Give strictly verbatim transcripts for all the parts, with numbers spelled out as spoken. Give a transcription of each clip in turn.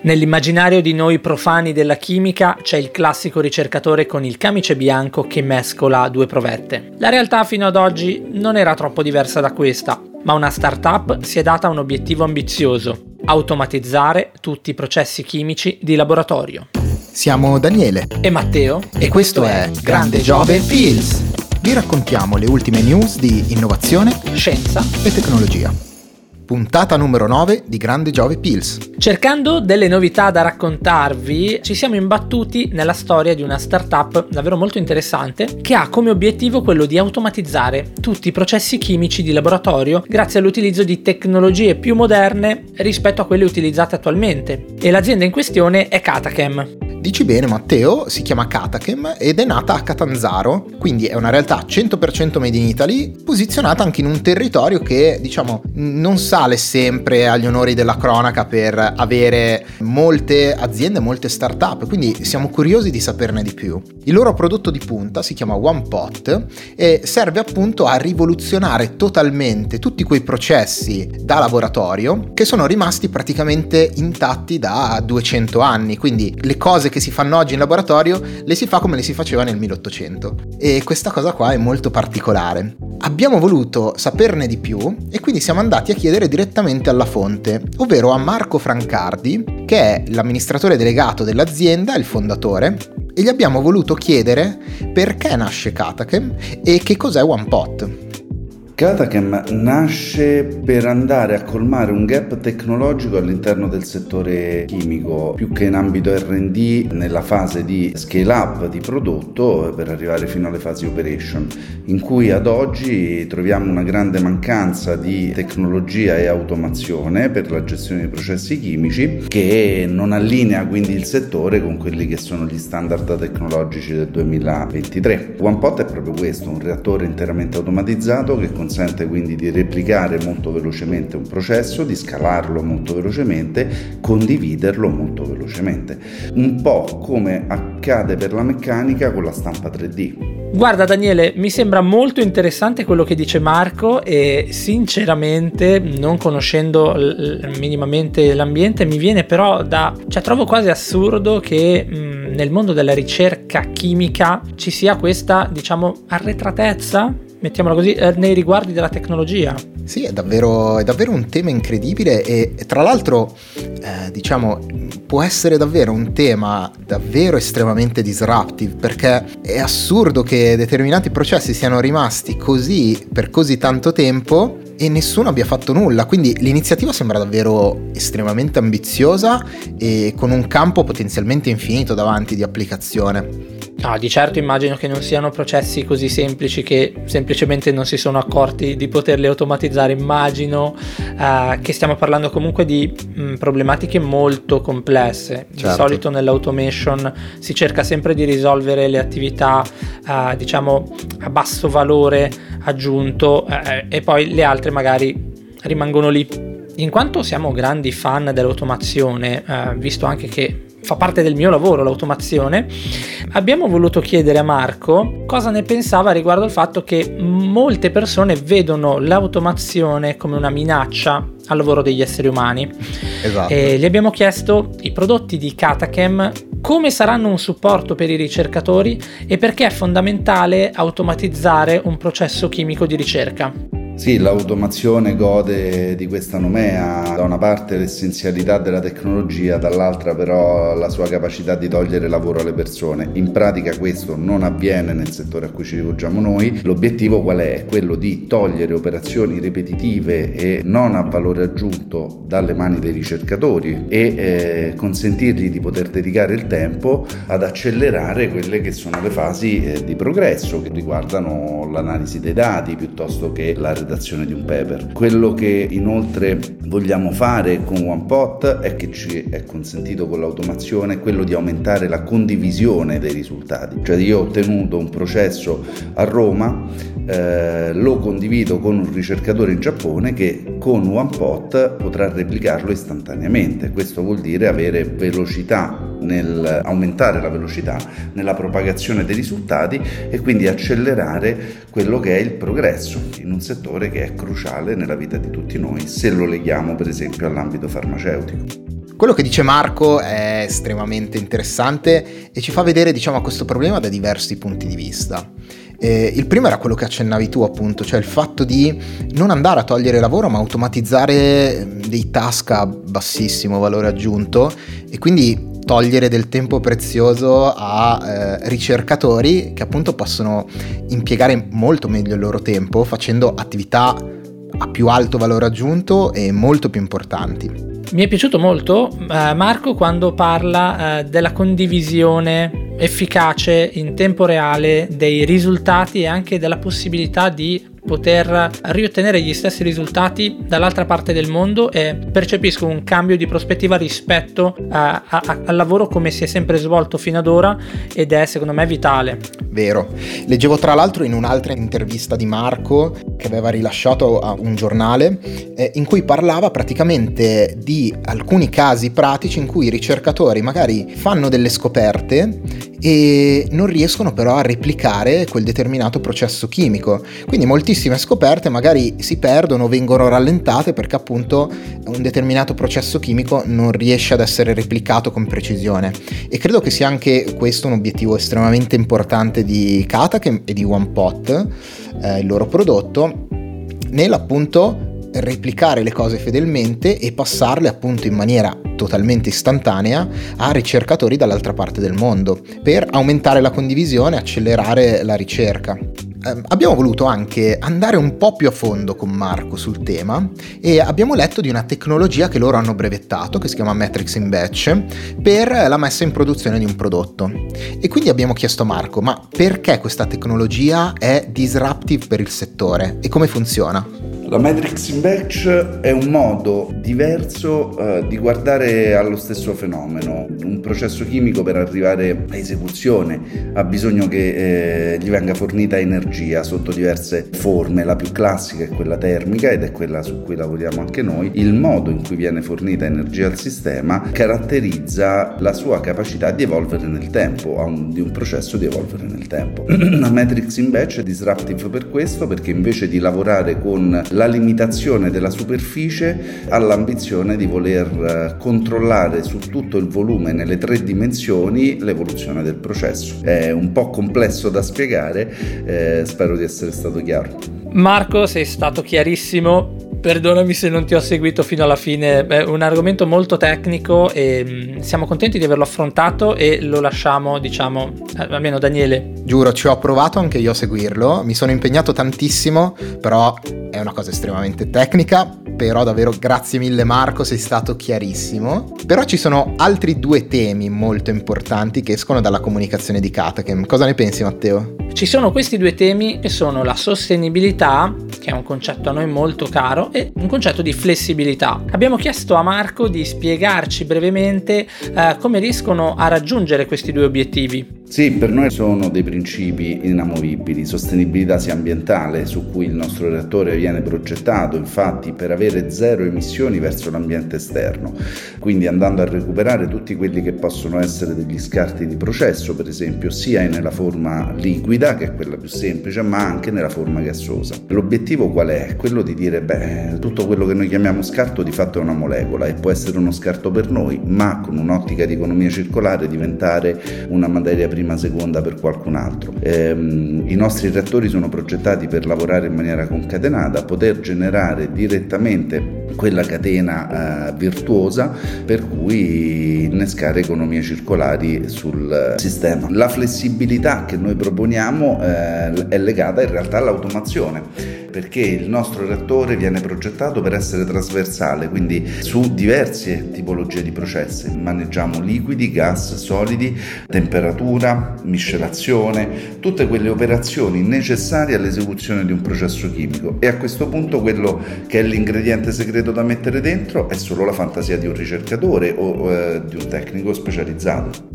Nell'immaginario di noi profani della chimica c'è il classico ricercatore con il camice bianco che mescola due provette. La realtà fino ad oggi non era troppo diversa da questa, ma una startup si è data un obiettivo ambizioso: automatizzare tutti i processi chimici di laboratorio. Siamo Daniele e Matteo e, e questo è Grande Giove Pills. Vi raccontiamo le ultime news di innovazione, scienza e tecnologia. Puntata numero nove di Grande Giove Pills. Cercando delle novità da raccontarvi, ci siamo imbattuti nella storia di una startup davvero molto interessante che ha come obiettivo quello di automatizzare tutti i processi chimici di laboratorio grazie all'utilizzo di tecnologie più moderne rispetto a quelle utilizzate attualmente. E l'azienda in questione è Catachem. Dici bene Matteo, si chiama Catachem ed è nata a Catanzaro, quindi è una realtà cento per cento made in Italy, posizionata anche in un territorio che, diciamo, non sale sempre agli onori della cronaca per avere molte aziende, molte start-up, quindi siamo curiosi di saperne di più. Il loro prodotto di punta si chiama OnePot e serve appunto a rivoluzionare totalmente tutti quei processi da laboratorio che sono rimasti praticamente intatti da duecento anni, quindi le cose che si fanno oggi in laboratorio le si fa come le si faceva nel milleottocento, e questa cosa qua è molto particolare. Abbiamo voluto saperne di più e quindi siamo andati a chiedere direttamente alla fonte, ovvero a Marco Francardi, che è l'amministratore delegato dell'azienda, il fondatore, e gli abbiamo voluto chiedere perché nasce Catachem e che cos'è OnePot. Catachem nasce per andare a colmare un gap tecnologico all'interno del settore chimico, più che in ambito erre and di, nella fase di scale up di prodotto per arrivare fino alle fasi operation, in cui ad oggi troviamo una grande mancanza di tecnologia e automazione per la gestione dei processi chimici, che non allinea quindi il settore con quelli che sono gli standard tecnologici del duemilaventitré. OnePot è proprio questo, un reattore interamente automatizzato che consente quindi di replicare molto velocemente un processo, di scalarlo molto velocemente, condividerlo molto velocemente. Un po' come accade per la meccanica con la stampa tre D. Guarda Daniele, mi sembra molto interessante quello che dice Marco e sinceramente, non conoscendo l- minimamente l'ambiente, mi viene però da... cioè trovo quasi assurdo che mh, nel mondo della ricerca chimica ci sia questa, diciamo, arretratezza, mettiamola così, eh, nei riguardi della tecnologia. Sì, è davvero, è davvero un tema incredibile e, e tra l'altro eh, diciamo può essere davvero un tema davvero estremamente disruptive, perché è assurdo che determinati processi siano rimasti così per così tanto tempo e nessuno abbia fatto nulla, quindi l'iniziativa sembra davvero estremamente ambiziosa e con un campo potenzialmente infinito davanti di applicazione. No, di certo immagino che non siano processi così semplici che semplicemente non si sono accorti di poterli automatizzare. Immagino uh, che stiamo parlando comunque di mh, problematiche molto complesse. Certo. Di solito nell'automation si cerca sempre di risolvere le attività uh, diciamo a basso valore aggiunto uh, e poi le altre magari rimangono lì. In quanto siamo grandi fan dell'automazione, uh, visto anche che fa parte del mio lavoro l'automazione, abbiamo voluto chiedere a Marco cosa ne pensava riguardo al fatto che molte persone vedono l'automazione come una minaccia al lavoro degli esseri umani. Esatto. E gli abbiamo chiesto i prodotti di Catachem come saranno un supporto per i ricercatori e perché è fondamentale automatizzare un processo chimico di ricerca. Sì, l'automazione gode di questa nomea, da una parte l'essenzialità della tecnologia, dall'altra però la sua capacità di togliere lavoro alle persone. In pratica questo non avviene nel settore a cui ci rivolgiamo noi. L'obiettivo qual è? È quello di togliere operazioni ripetitive e non a valore aggiunto dalle mani dei ricercatori e eh, consentirgli di poter dedicare il tempo ad accelerare quelle che sono le fasi eh, di progresso che riguardano l'analisi dei dati piuttosto che la redazione di un paper. Quello che inoltre vogliamo fare con OnePot è che ci è consentito con l'automazione quello di aumentare la condivisione dei risultati. Cioè io ho ottenuto un processo a Roma, eh, lo condivido con un ricercatore in Giappone che con OnePot potrà replicarlo istantaneamente. Questo vuol dire avere velocità nel aumentare la velocità nella propagazione dei risultati e quindi accelerare quello che è il progresso in un settore che è cruciale nella vita di tutti noi, se lo leghiamo per esempio all'ambito farmaceutico. Quello che dice Marco è estremamente interessante e ci fa vedere, diciamo, questo problema da diversi punti di vista. Eh, il primo era quello che accennavi tu, appunto, cioè il fatto di non andare a togliere lavoro ma automatizzare dei task a bassissimo valore aggiunto e quindi togliere del tempo prezioso a eh, ricercatori che appunto possono impiegare molto meglio il loro tempo facendo attività a più alto valore aggiunto e molto più importanti. Mi è piaciuto molto eh, Marco quando parla eh, della condivisione efficace in tempo reale dei risultati e anche della possibilità di poter riottenere gli stessi risultati dall'altra parte del mondo, e percepisco un cambio di prospettiva rispetto a, a, al lavoro come si è sempre svolto fino ad ora, ed è secondo me vitale. Vero. Leggevo tra l'altro in un'altra intervista di Marco che aveva rilasciato a un giornale eh, in cui parlava praticamente di alcuni casi pratici in cui i ricercatori magari fanno delle scoperte e non riescono però a replicare quel determinato processo chimico, quindi moltissime scoperte magari si perdono, vengono rallentate perché appunto un determinato processo chimico non riesce ad essere replicato con precisione. E credo che sia anche questo un obiettivo estremamente importante di Katachem e di OnePot, eh, il loro prodotto, nell'appunto replicare le cose fedelmente e passarle appunto in maniera totalmente istantanea a ricercatori dall'altra parte del mondo per aumentare la condivisione e accelerare la ricerca. Eh, abbiamo voluto anche andare un po' più a fondo con Marco sul tema e abbiamo letto di una tecnologia che loro hanno brevettato che si chiama Matrix in Batch per la messa in produzione di un prodotto, e quindi abbiamo chiesto a Marco: ma perché questa tecnologia è disruptive per il settore e come funziona? La Matrix in Batch è un modo diverso uh, di guardare allo stesso fenomeno. Un processo chimico, per arrivare a esecuzione, ha bisogno che eh, gli venga fornita energia sotto diverse forme. La più classica è quella termica ed è quella su cui lavoriamo anche noi. Il modo in cui viene fornita energia al sistema caratterizza la sua capacità di evolvere nel tempo, a un, di un processo di evolvere nel tempo. La Matrix in Batch è disruptive per questo, perché invece di lavorare con la limitazione della superficie ha l'ambizione di voler controllare su tutto il volume, nelle tre dimensioni, l'evoluzione del processo. È un po' complesso da spiegare, eh, spero di essere stato chiaro. Marco, sei stato chiarissimo. Perdonami se non ti ho seguito fino alla fine, è un argomento molto tecnico e mh, siamo contenti di averlo affrontato e lo lasciamo, diciamo, almeno Daniele. Giuro, ci ho provato anche io a seguirlo, mi sono impegnato tantissimo, però è una cosa estremamente tecnica, però davvero grazie mille Marco, sei stato chiarissimo. Però ci sono altri due temi molto importanti che escono dalla comunicazione di Katachem. Cosa ne pensi, Matteo? Ci sono questi due temi che sono la sostenibilità, che è un concetto a noi molto caro, e un concetto di flessibilità. Abbiamo chiesto a Marco di spiegarci brevemente eh, come riescono a raggiungere questi due obiettivi. Sì, per noi sono dei principi inamovibili: sostenibilità sia ambientale, su cui il nostro reattore viene progettato infatti per avere zero emissioni verso l'ambiente esterno, quindi andando a recuperare tutti quelli che possono essere degli scarti di processo, per esempio sia nella forma liquida, che è quella più semplice, ma anche nella forma gassosa. L'obiettivo qual è? Quello di dire, beh, tutto quello che noi chiamiamo scarto di fatto è una molecola e può essere uno scarto per noi, ma con un'ottica di economia circolare diventare una materia prima prima seconda per qualcun altro. Ehm, I nostri reattori sono progettati per lavorare in maniera concatenata, poter generare direttamente quella catena eh, virtuosa per cui innescare economie circolari sul sistema. La flessibilità che noi proponiamo eh, è legata in realtà all'automazione, perché il nostro reattore viene progettato per essere trasversale, quindi su diverse tipologie di processi. Maneggiamo liquidi, gas, solidi, temperatura, miscelazione, tutte quelle operazioni necessarie all'esecuzione di un processo chimico, e a questo punto quello che è l'ingrediente segreto da mettere dentro è solo la fantasia di un ricercatore o eh, di un tecnico specializzato.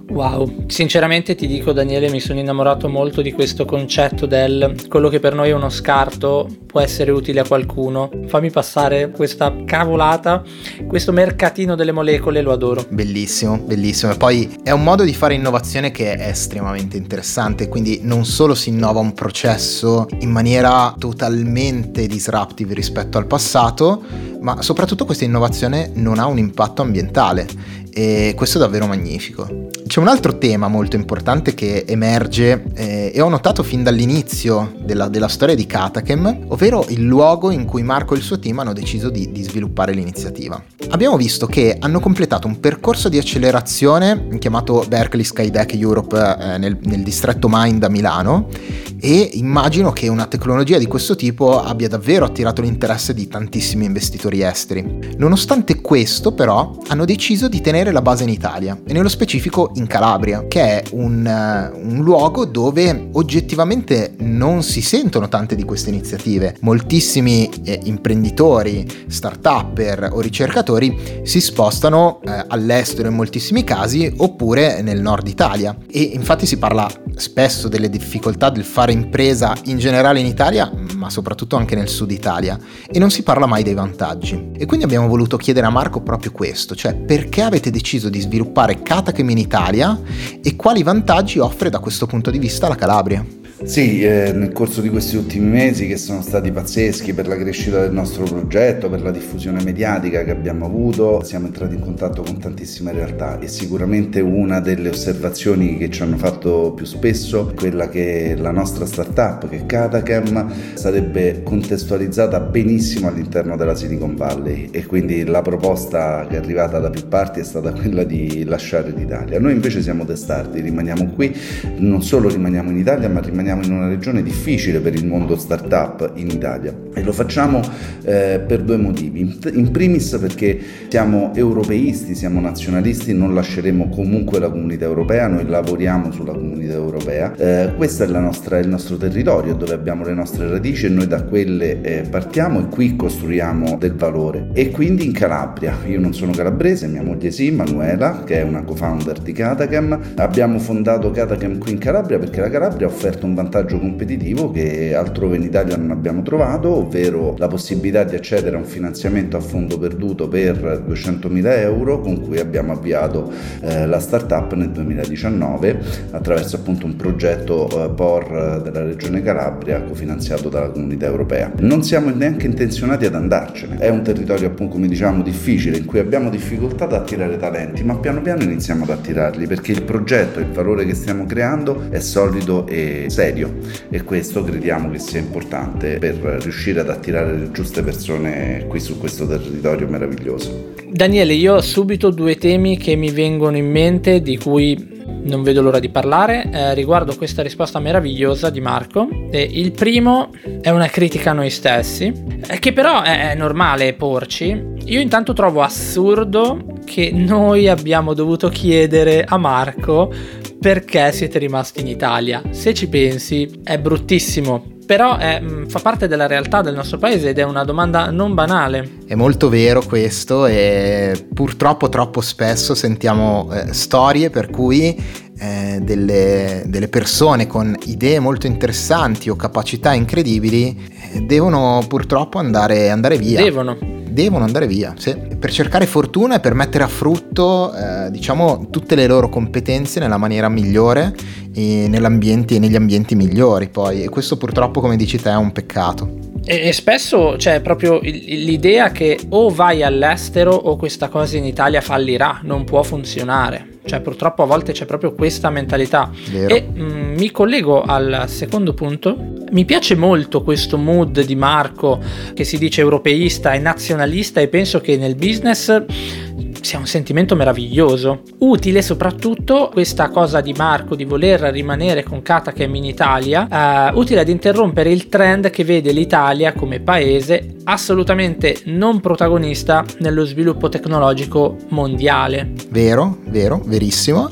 Wow, sinceramente ti dico Daniele, mi sono innamorato molto di questo concetto del quello che per noi è uno scarto può essere utile a qualcuno. Fammi passare questa cavolata, questo mercatino delle molecole, lo adoro. Bellissimo, bellissimo. E poi è un modo di fare innovazione che è estremamente interessante, quindi non solo si innova un processo in maniera totalmente disruptive rispetto al passato, ma soprattutto questa innovazione non ha un impatto ambientale. E questo è davvero magnifico. C'è un altro tema molto importante che emerge eh, e ho notato fin dall'inizio della, della storia di Katachem, ovvero il luogo in cui Marco e il suo team hanno deciso di, di sviluppare l'iniziativa. Abbiamo visto che hanno completato un percorso di accelerazione chiamato Berkeley Skydeck Europe eh, nel, nel distretto Mind a Milano, e immagino che una tecnologia di questo tipo abbia davvero attirato l'interesse di tantissimi investitori esteri. Nonostante questo, però, hanno deciso di tenere la base in Italia, e nello specifico in Calabria, che è un, uh, un luogo dove oggettivamente non si sentono tante di queste iniziative. Moltissimi eh, imprenditori, start-upper o ricercatori si spostano eh, all'estero in moltissimi casi, oppure nel nord Italia, e infatti si parla spesso delle difficoltà del fare impresa in generale in Italia, ma soprattutto anche nel sud Italia, e non si parla mai dei vantaggi. E quindi abbiamo voluto chiedere a Marco proprio questo, cioè perché avete deciso di sviluppare Katachem in Italia e quali vantaggi offre da questo punto di vista la Calabria. Sì, eh, nel corso di questi ultimi mesi, che sono stati pazzeschi per la crescita del nostro progetto, per la diffusione mediatica che abbiamo avuto, siamo entrati in contatto con tantissime realtà, e sicuramente una delle osservazioni che ci hanno fatto più spesso è quella che la nostra startup, che è Katachem, sarebbe contestualizzata benissimo all'interno della Silicon Valley, e quindi la proposta che è arrivata da più parti è stata quella di lasciare l'Italia. Noi invece siamo testardi, rimaniamo qui, non solo rimaniamo in Italia, ma rimaniamo in una regione difficile per il mondo startup in Italia, e lo facciamo eh, per due motivi. In primis perché siamo europeisti, siamo nazionalisti, non lasceremo comunque la comunità europea, noi lavoriamo sulla comunità europea, eh, questo è la nostra, il nostro territorio dove abbiamo le nostre radici, e noi da quelle eh, partiamo, e qui costruiamo del valore. E quindi in Calabria, io non sono calabrese, mia moglie sì, Manuela, che è una co-founder di Katachem, abbiamo fondato Katachem qui in Calabria perché la Calabria ha offerto un vantaggio competitivo che altrove in Italia non abbiamo trovato, ovvero la possibilità di accedere a un finanziamento a fondo perduto per duecentomila euro, con cui abbiamo avviato eh, la startup nel duemiladiciannove attraverso appunto un progetto eh, P O R della regione Calabria cofinanziato dalla comunità europea. Non siamo neanche intenzionati ad andarcene, è un territorio appunto, come diciamo, difficile, in cui abbiamo difficoltà ad attirare talenti, ma piano piano iniziamo ad attirarli perché il progetto, il valore che stiamo creando è solido e serio, e questo crediamo che sia importante per riuscire ad attirare le giuste persone qui su questo territorio meraviglioso. Daniele, io ho subito due temi che mi vengono in mente, di cui non vedo l'ora di parlare eh, riguardo questa risposta meravigliosa di Marco. E il primo è una critica a noi stessi, eh, che però è, è normale porci. Io intanto trovo assurdo che noi abbiamo dovuto chiedere a Marco perché siete rimasti in Italia. Se ci pensi è bruttissimo, però è, fa parte della realtà del nostro paese ed è una domanda non banale. È molto vero questo, e purtroppo troppo spesso sentiamo eh, storie per cui eh, delle, delle persone con idee molto interessanti o capacità incredibili eh, devono purtroppo andare, andare via. Devono. Devono andare via, sì, per cercare fortuna e per mettere a frutto eh, diciamo tutte le loro competenze nella maniera migliore e nell'ambiente e negli ambienti migliori poi, e questo purtroppo, come dici te, è un peccato. E, e spesso c'è proprio l'idea che o vai all'estero o questa cosa in Italia fallirà, non può funzionare. Cioè purtroppo a volte c'è proprio questa mentalità. Vero. E mh, mi collego al secondo punto. Mi piace molto questo mood di Marco che si dice europeista e nazionalista, e penso che nel business sia un sentimento meraviglioso, utile soprattutto questa cosa di Marco di voler rimanere con Katachem in Italia, eh, utile ad interrompere il trend che vede l'Italia come paese assolutamente non protagonista nello sviluppo tecnologico mondiale. Vero, vero, verissimo,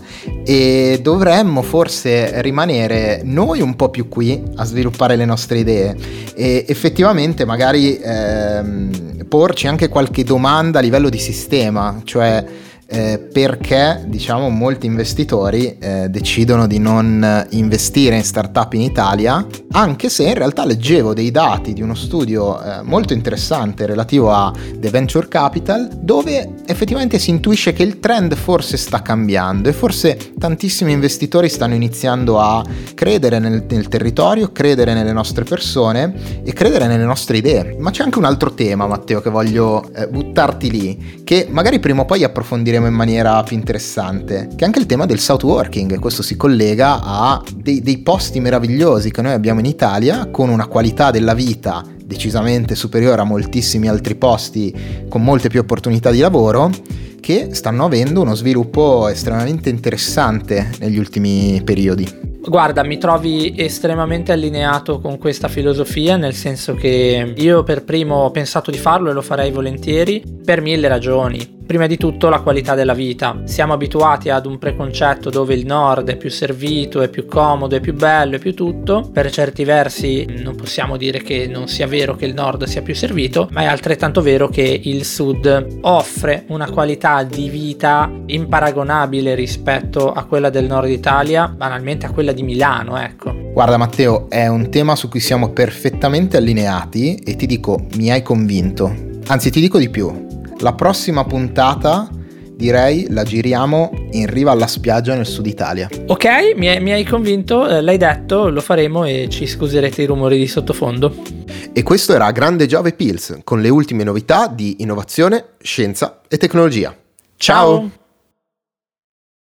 e dovremmo forse rimanere noi un po' più qui a sviluppare le nostre idee e effettivamente magari ehm, porci anche qualche domanda a livello di sistema, cioè eh, perché diciamo molti investitori eh, decidono di non investire in startup in Italia, anche se in realtà leggevo dei dati di uno studio eh, molto interessante relativo a The Venture Capital, dove effettivamente si intuisce che il trend forse sta cambiando e forse tantissimi investitori stanno iniziando a credere nel, nel territorio, credere nelle nostre persone e credere nelle nostre idee. Ma c'è anche un altro tema, Matteo, che voglio eh, buttarti lì, che magari prima o poi approfondiremo in maniera più interessante, che è anche il tema del south working. Questo si collega a dei, dei posti meravigliosi che noi abbiamo in Italia, con una qualità della vita decisamente superiore a moltissimi altri posti con molte più opportunità di lavoro, che stanno avendo uno sviluppo estremamente interessante negli ultimi periodi. Guarda, mi trovi estremamente allineato con questa filosofia, nel senso che io per primo ho pensato di farlo e lo farei volentieri per mille ragioni. Prima di tutto la qualità della vita. Siamo abituati ad un preconcetto dove il nord è più servito, è più comodo, è più bello, è più tutto. Per certi versi non possiamo dire che non sia vero che il nord sia più servito, ma è altrettanto vero che il sud offre una qualità di vita imparagonabile rispetto a quella del nord Italia, banalmente a quella di Milano, ecco. Guarda Matteo, è un tema su cui siamo perfettamente allineati e ti dico, mi hai convinto. Anzi, ti dico di più. La prossima puntata direi la giriamo in riva alla spiaggia nel sud Italia. Ok, mi hai, mi hai convinto, eh, l'hai detto, lo faremo e ci scuserete i rumori di sottofondo. E questo era Grande Giove Pills con le ultime novità di innovazione, scienza e tecnologia. Ciao!